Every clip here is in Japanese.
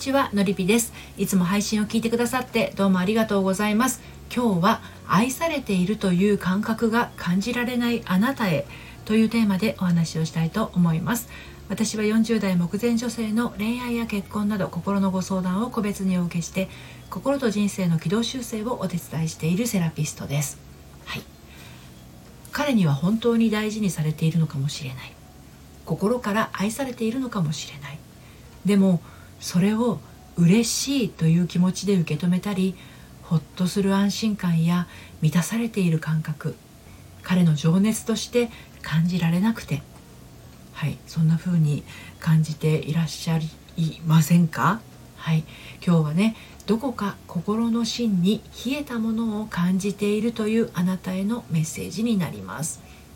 ちは、のりぴです。いつも配信を聞いてくださってどうもありがとうございます。今日は愛されているという感覚が感じられないあなたへというテーマでお話をしたいと思います。私は40代目前女性の恋愛や結婚など心のご相談を個別にお受けして、心と人生の軌道修正をお手伝いしているセラピストです。はい、彼には本当に大事にされているのかもしれない、心から愛されているのかもしれない。でもそれを嬉しいという気持ちで受け止めたり、ほっとする安心感や満たされている感覚、彼の情熱として感じられなくて、そんな風に感じていらっしゃいませんか？今日はね、どこか心の芯に冷えたものを感じているというあなたへのメッセージになります。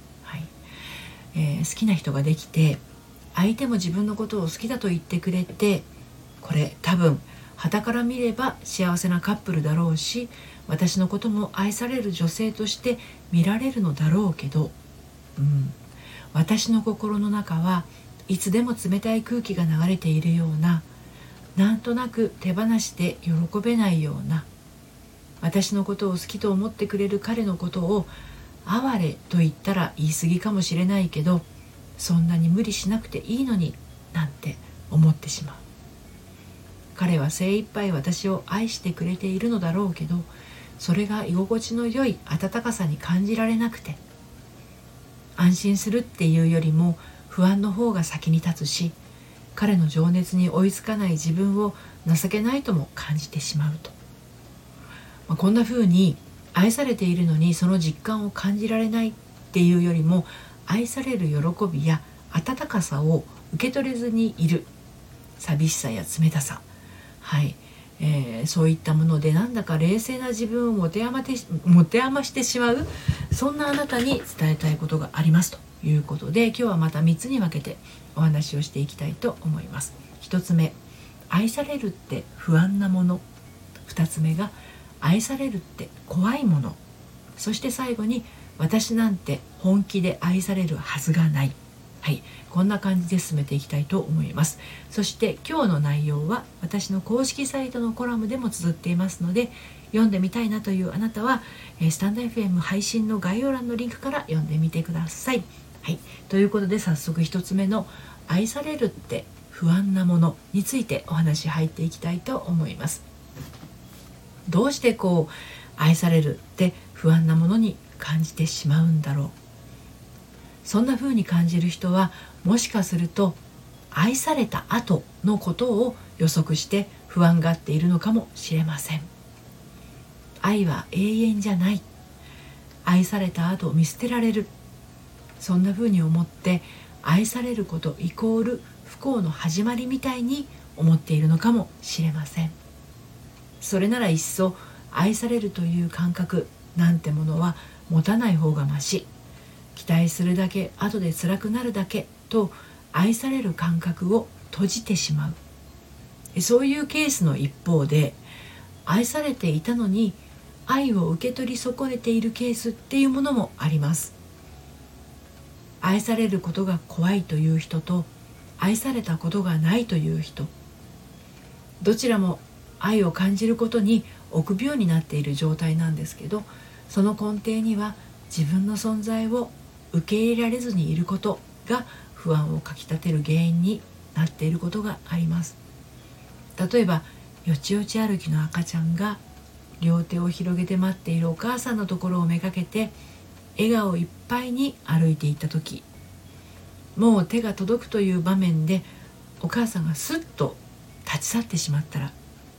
好きな人ができて、相手も自分のことを好きだと言ってくれて、これ多分傍から見れば幸せなカップルだろうし、私のことも愛される女性として見られるのだろうけど、私の心の中はいつでも冷たい空気が流れているような、なんとなく手放して喜べないような、私のことを好きと思ってくれる彼のことを哀れと言ったら言い過ぎかもしれないけど、そんなに無理しなくていいのになんて思ってしまう。彼は精一杯私を愛してくれているのだろうけど、それが居心地の良い温かさに感じられなくて、安心するっていうよりも不安の方が先に立つし、彼の情熱に追いつかない自分を情けないとも感じてしまうと、こんな風に愛されているのにその実感を感じられないっていうよりも、愛される喜びや温かさを受け取れずにいる寂しさや冷たさ、そういったものでなんだか冷静な自分を持て余してしまう、そんなあなたに伝えたいことがありますということで、今日はまた3つに分けてお話をしていきたいと思います。1つ目、愛されるって不安なもの。2つ目が愛されるって怖いもの。そして最後に、私なんて本気で愛されるはずがない。こんな感じで進めていきたいと思います。そして今日の内容は私の公式サイトのコラムでも綴っていますので、読んでみたいなというあなたはスタンド FM 配信の概要欄のリンクから読んでみてください。ということで、早速1つ目の愛されるって不安なものについてお話入っていきたいと思います。どうして愛されるって不安なものに感じてしまうんだろう。そんな風に感じる人は、もしかすると愛された後のことを予測して不安がっているのかもしれません。愛は永遠じゃない。愛された後見捨てられる。そんな風に思って、愛されることイコール不幸の始まりみたいに思っているのかもしれません。それならいっそ愛されるという感覚なんてものは持たない方がまし。期待するだけ後で辛くなるだけと愛される感覚を閉じてしまう。そういうケースの一方で、愛されていたのに愛を受け取り損ねているケースっていうものもあります。愛されることが怖いという人と、愛されたことがないという人、どちらも愛を感じることに臆病になっている状態なんですけど、その根底には自分の存在を受け入れられずにいることが不安をかきたてる原因になっていることがあります。例えば、よちよち歩きの赤ちゃんが両手を広げて待っているお母さんのところをめがけて笑顔いっぱいに歩いていった時、もう手が届くという場面でお母さんがスッと立ち去ってしまったら、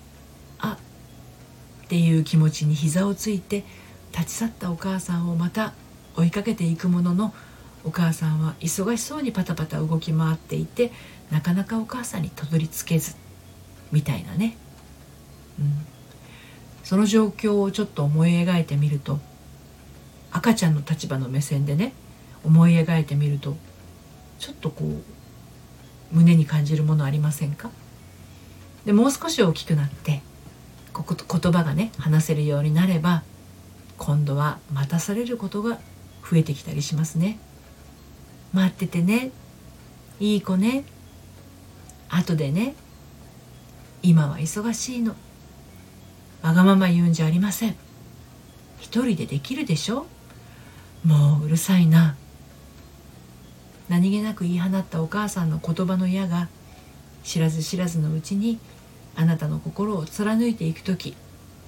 っていう気持ちに膝をついて立ち去ったお母さんをまた追いかけていくものの、お母さんは忙しそうにパタパタ動き回っていて、なかなかお母さんにたどり着けずみたいなね、その状況をちょっと思い描いてみると、赤ちゃんの立場の目線でね思い描いてみると、ちょっと胸に感じるものありませんか？でもう少し大きくなって言葉がね話せるようになれば、今度は待たされることが増えてきたりしますね。待っててね、いい子ね、後でね、 今は忙しいの。わがまま言うんじゃありません。一人でできるでしょ。もううるさいな。何気なく言い放ったお母さんの言葉の矢が知らず知らずのうちにあなたの心を貫いていくとき、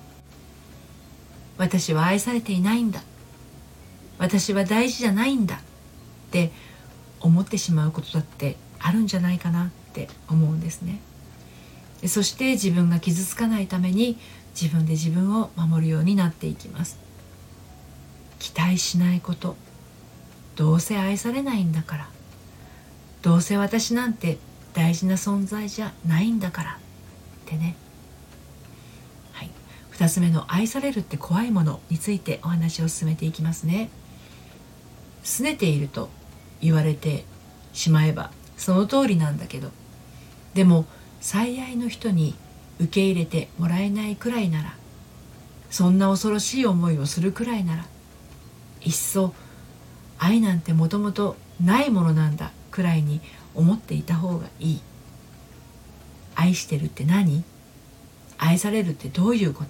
私は愛されていないんだ、私は大事じゃないんだって思ってしまうことだってあるんじゃないかなって思うんですね。そして自分が傷つかないために自分で自分を守るようになっていきます。期待しないこと、どうせ愛されないんだから、どうせ私なんて大事な存在じゃないんだからってね。はい、2つ目の愛されるって怖いものについてお話を進めていきますね。拗ねていると言われてしまえばその通りなんだけど、でも最愛の人に受け入れてもらえないくらいなら、そんな恐ろしい思いをするくらいなら、いっそ愛なんてもともとないものなんだくらいに思っていた方がいい。愛してるって何？愛されるってどういうこと？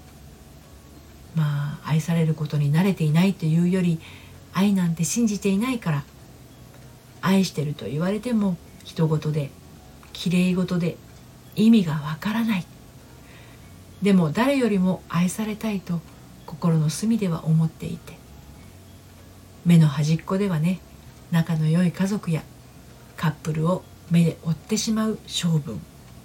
愛されることに慣れていないというより、愛なんて信じていないから、愛してると言われても人事できれい事で意味がわからない。でも誰よりも愛されたいと心の隅では思っていて、目の端っこではね、仲の良い家族やカップルを目で追ってしまう性分。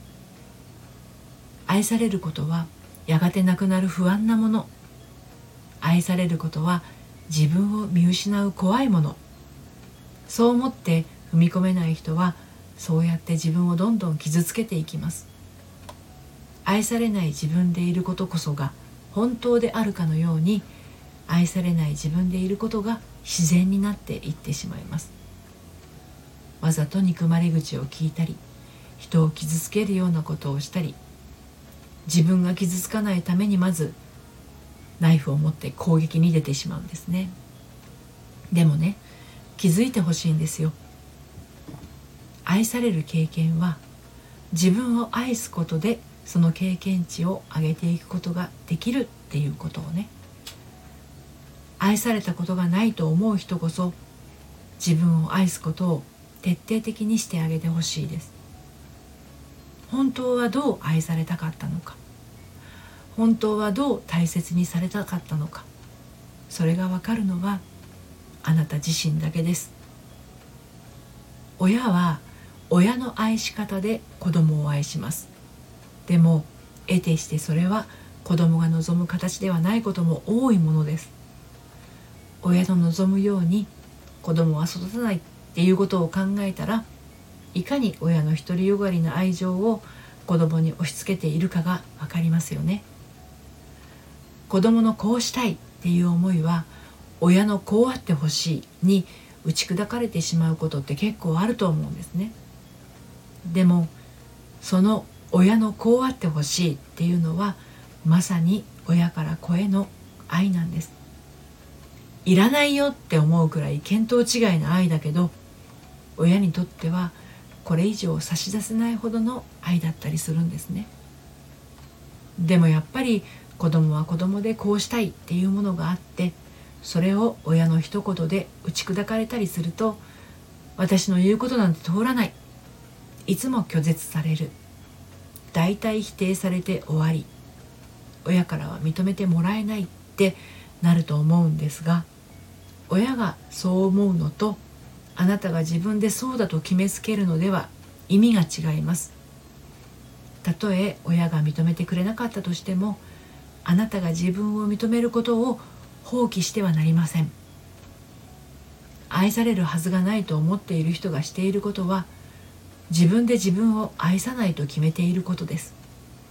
愛されることはやがてなくなる不安なもの。愛されることは自分を見失う怖いもの。そう思って踏み込めない人は、そうやって自分をどんどん傷つけていきます。愛されない自分でいることこそが本当であるかのように、愛されない自分でいることが自然になっていってしまいます。わざと憎まれ口を聞いたり、人を傷つけるようなことをしたり、自分が傷つかないためにまずナイフを持って攻撃に出てしまうんですね。でもね、気づいてほしいんですよ。愛される経験は自分を愛すことでその経験値を上げていくことができるっていうことをね。愛されたことがないと思う人こそ自分を愛すことを徹底的にしてあげてほしいです。本当はどう愛されたかったのか、本当はどう大切にされたかったのか、それがわかるのはあなた自身だけです。親は親の愛し方で子供を愛します。でも得てしてそれは子供が望む形ではないことも多いものです。親の望むように子供は育たないっていうことを考えたら、いかに親の独りよがりな愛情を子供に押し付けているかがわかりますよね。子供のこうしたいっていう思いは親のこうあってほしいに打ち砕かれてしまうことって結構あると思うんですね。でもその親のこうあってほしいっていうのはまさに親から子への愛なんです。いらないよって思うくらい見当違いな愛だけど、親にとってはこれ以上差し出せないほどの愛だったりするんですね。でもやっぱり子供は子供でこうしたいっていうものがあって、それを親の一言で打ち砕かれたりすると、私の言うことなんて通らない、いつも拒絶される、大体否定されて終わり、親からは認めてもらえないってなると思うんですが、親がそう思うのとあなたが自分でそうだと決めつけるのでは意味が違います。たとえ親が認めてくれなかったとしても、あなたが自分を認めることを放棄してはなりません。愛されるはずがないと思っている人がしていることは、自分で自分を愛さないと決めていることです。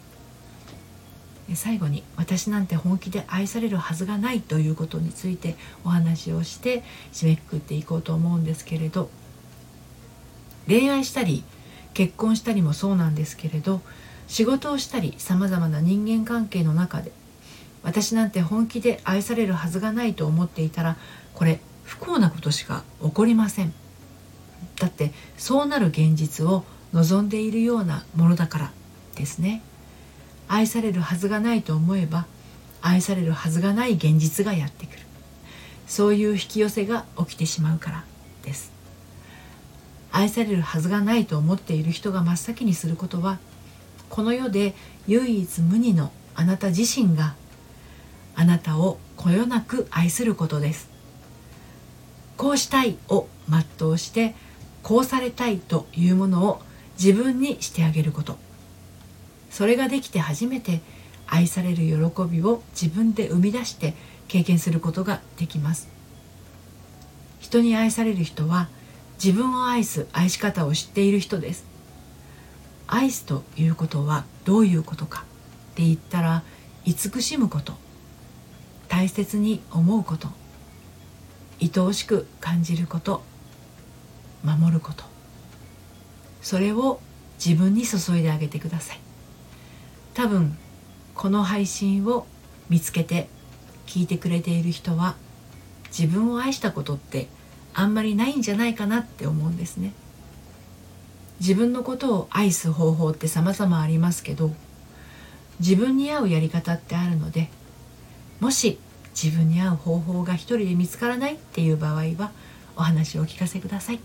最後に、私なんて本気で愛されるはずがないということについてお話をして締めくくっていこうと思うんですけれど、恋愛したり結婚したりもそうなんですけれど、仕事をしたりさまざまな人間関係の中で、私なんて本気で愛されるはずがないと思っていたら、これ不幸なことしか起こりません。だってそうなる現実を望んでいるようなものだからっですね。愛されるはずがないと思えば、愛されるはずがない現実がやってくる。そういう引き寄せが起きてしまうからです。愛されるはずがないと思っている人が真っ先にすることは、この世で唯一無二のあなた自身があなたをこよなく愛することです。こうしたいを全うして、こうされたいというものを自分にしてあげること。それができて初めて愛される喜びを自分で生み出して経験することができます。人に愛される人は自分を愛す愛し方を知っている人です。愛すということはどういうことかって言ったら、慈しむこと、大切に思うこと、愛おしく感じること、守ること、それを自分に注いであげてください。多分この配信を見つけて聞いてくれている人は、自分を愛したことってあんまりないんじゃないかなって思うんですね。自分のことを愛す方法って様々ありますけど、自分に合うやり方ってあるので、もし自分に合う方法が一人で見つからないっていう場合は、お話をお聞かせください。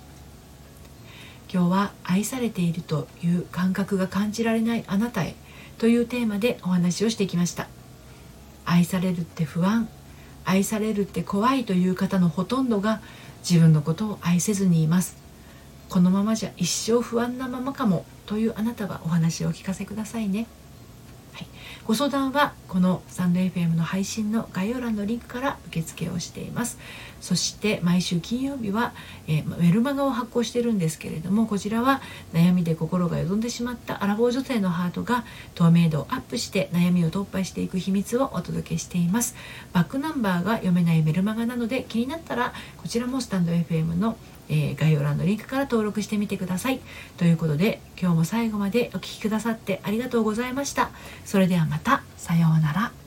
今日は愛されているという感覚が感じられないあなたへというテーマでお話をしてきました。愛されるって不安、愛されるって怖いという方のほとんどが自分のことを愛せずにいます。このままじゃ一生不安なままかもというあなたはお話をお聞かせくださいね。はい、ご相談はこのスタンド FM の配信の概要欄のリンクから受付をしています。そして毎週金曜日は、メルマガを発行しているんですけれども、こちらは悩みで心がよどんでしまったアラフォー女性のハートが透明度をアップして悩みを突破していく秘密をお届けしています。バックナンバーが読めないメルマガなので、気になったらこちらもスタンド FM の概要欄のリンクから登録してみてください。ということで、今日も最後までお聞きくださってありがとうございました。それではまた、さようなら。